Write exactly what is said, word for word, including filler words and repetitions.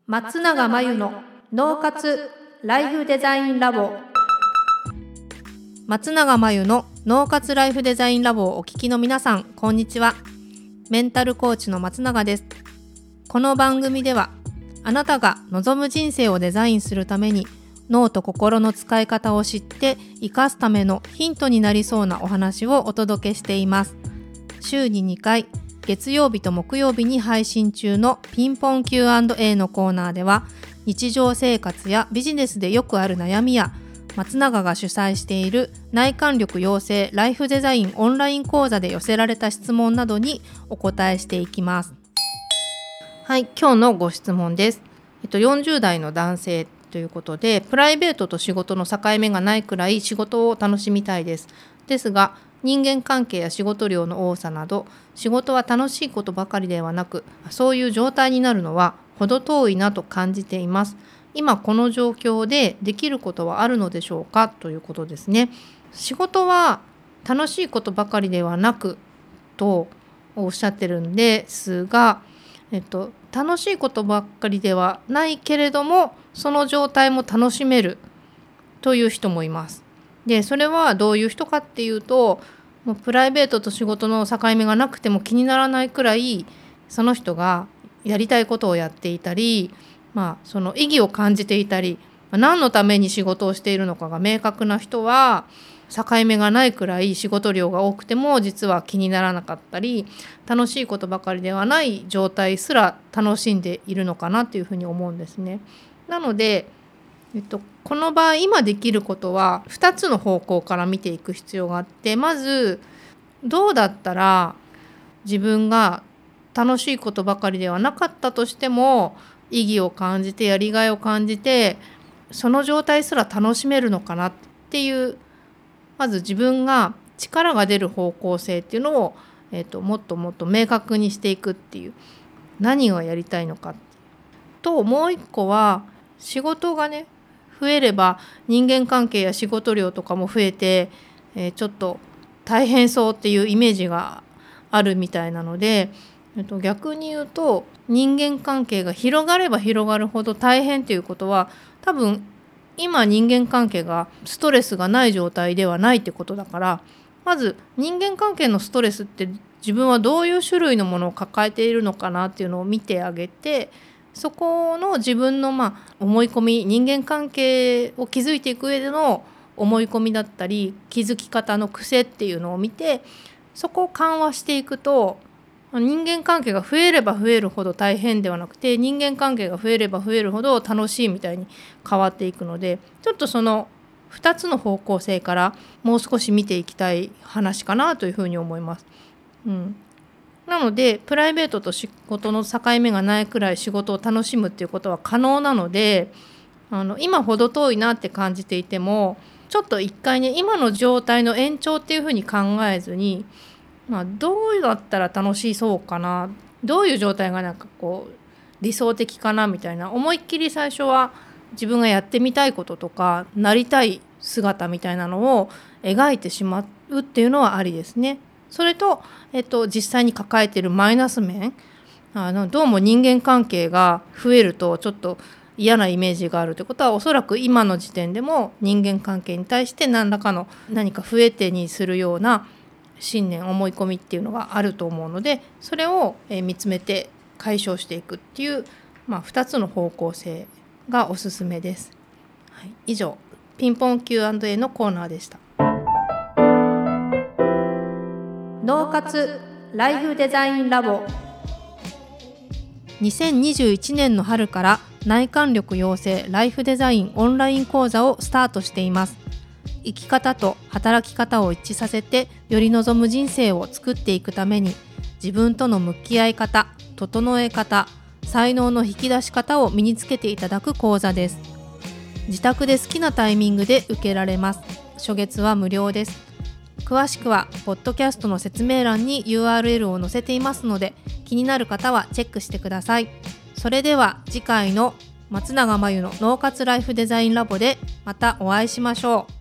松永真由の脳活ライフデザインラボ。松永真由の脳活ライフデザインラボをお聞きの皆さん、こんにちは。メンタルコーチの松永です。この番組では、あなたが望む人生をデザインするために脳と心の使い方を知って生かすためのヒントになりそうなお話をお届けしています。週ににかい、月曜日と木曜日に配信中のピンポン キューアンドエー のコーナーでは、日常生活やビジネスでよくある悩みや、松永が主催している内観力養成ライフデザインオンライン講座で寄せられた質問などにお答えしていきます。はい、今日のご質問です。えっと、よんじゅう代の男性ということで、プライベートと仕事の境目がないくらい仕事を楽しみたいです。ですが、人間関係や仕事量の多さなど、仕事は楽しいことばかりではなく、そういう状態になるのは程遠いなと感じています。今この状況でできることはあるのでしょうか、ということですね。仕事は楽しいことばかりではなくとおっしゃってるんですが、えっと、楽しいことばっかりではないけれども、その状態も楽しめるという人もいます。で、それはどういう人かっていうと、もうプライベートと仕事の境目がなくても気にならないくらい、その人がやりたいことをやっていたり、まあ、その意義を感じていたり、何のために仕事をしているのかが明確な人は、境目がないくらい仕事量が多くても実は気にならなかったり、楽しいことばかりではない状態すら楽しんでいるのかなというふうに思うんですね。なので、えっと、この場合今できることはふたつの方向から見ていく必要があって、まずどうだったら自分が楽しいことばかりではなかったとしても意義を感じてやりがいを感じて、その状態すら楽しめるのかなっていう、まず自分が力が出る方向性っていうのを、えっと、もっともっと明確にしていくっていう、何をやりたいのかと、もう一個は仕事がね増えれば人間関係や仕事量とかも増えて、えー、ちょっと大変そうっていうイメージがあるみたいなので、えっと、逆に言うと人間関係が広がれば広がるほど大変ということは、多分今人間関係がストレスがない状態ではないってことだから、まず人間関係のストレスって自分はどういう種類のものを抱えているのかなっていうのを見てあげて、そこの自分のまあ思い込み、人間関係を築いていく上での思い込みだったり気づき方の癖っていうのを見て、そこを緩和していくと、人間関係が増えれば増えるほど大変ではなくて、人間関係が増えれば増えるほど楽しいみたいに変わっていくので、ちょっとそのふたつの方向性からもう少し見ていきたい話かなというふうに思います。うん、なのでプライベートと仕事の境目がないくらい仕事を楽しむっていうことは可能なので、あの今程遠いなって感じていても、ちょっと一回ね、今の状態の延長っていうふうに考えずに、まあ、どうだったら楽しそうかな、どういう状態がなんかこう理想的かなみたいな、思いっきり最初は自分がやってみたいこととかなりたい姿みたいなのを描いてしまうっていうのはありですね。それと、えっと、実際に抱えているマイナス面、あのどうも人間関係が増えるとちょっと嫌なイメージがあるということは、おそらく今の時点でも人間関係に対して何らかの何か増えてにするような信念、思い込みっていうのがあると思うので、それを見つめて解消していくっていう、まあ、ふたつの方向性がおすすめです。はい、以上ピンポン キューアンドエー のコーナーでした。脳活ライフデザインラボ。にせんにじゅういちねんの春から内観力養成ライフデザインオンライン講座をスタートしています。生き方と働き方を一致させてより望む人生を作っていくために、自分との向き合い方、整え方、才能の引き出し方を身につけていただく講座です。自宅で好きなタイミングで受けられます。初月は無料です。詳しくはポッドキャストの説明欄に ユーアールエル を載せていますので、気になる方はチェックしてください。それでは次回の松永真由の脳活ライフデザインラボでまたお会いしましょう。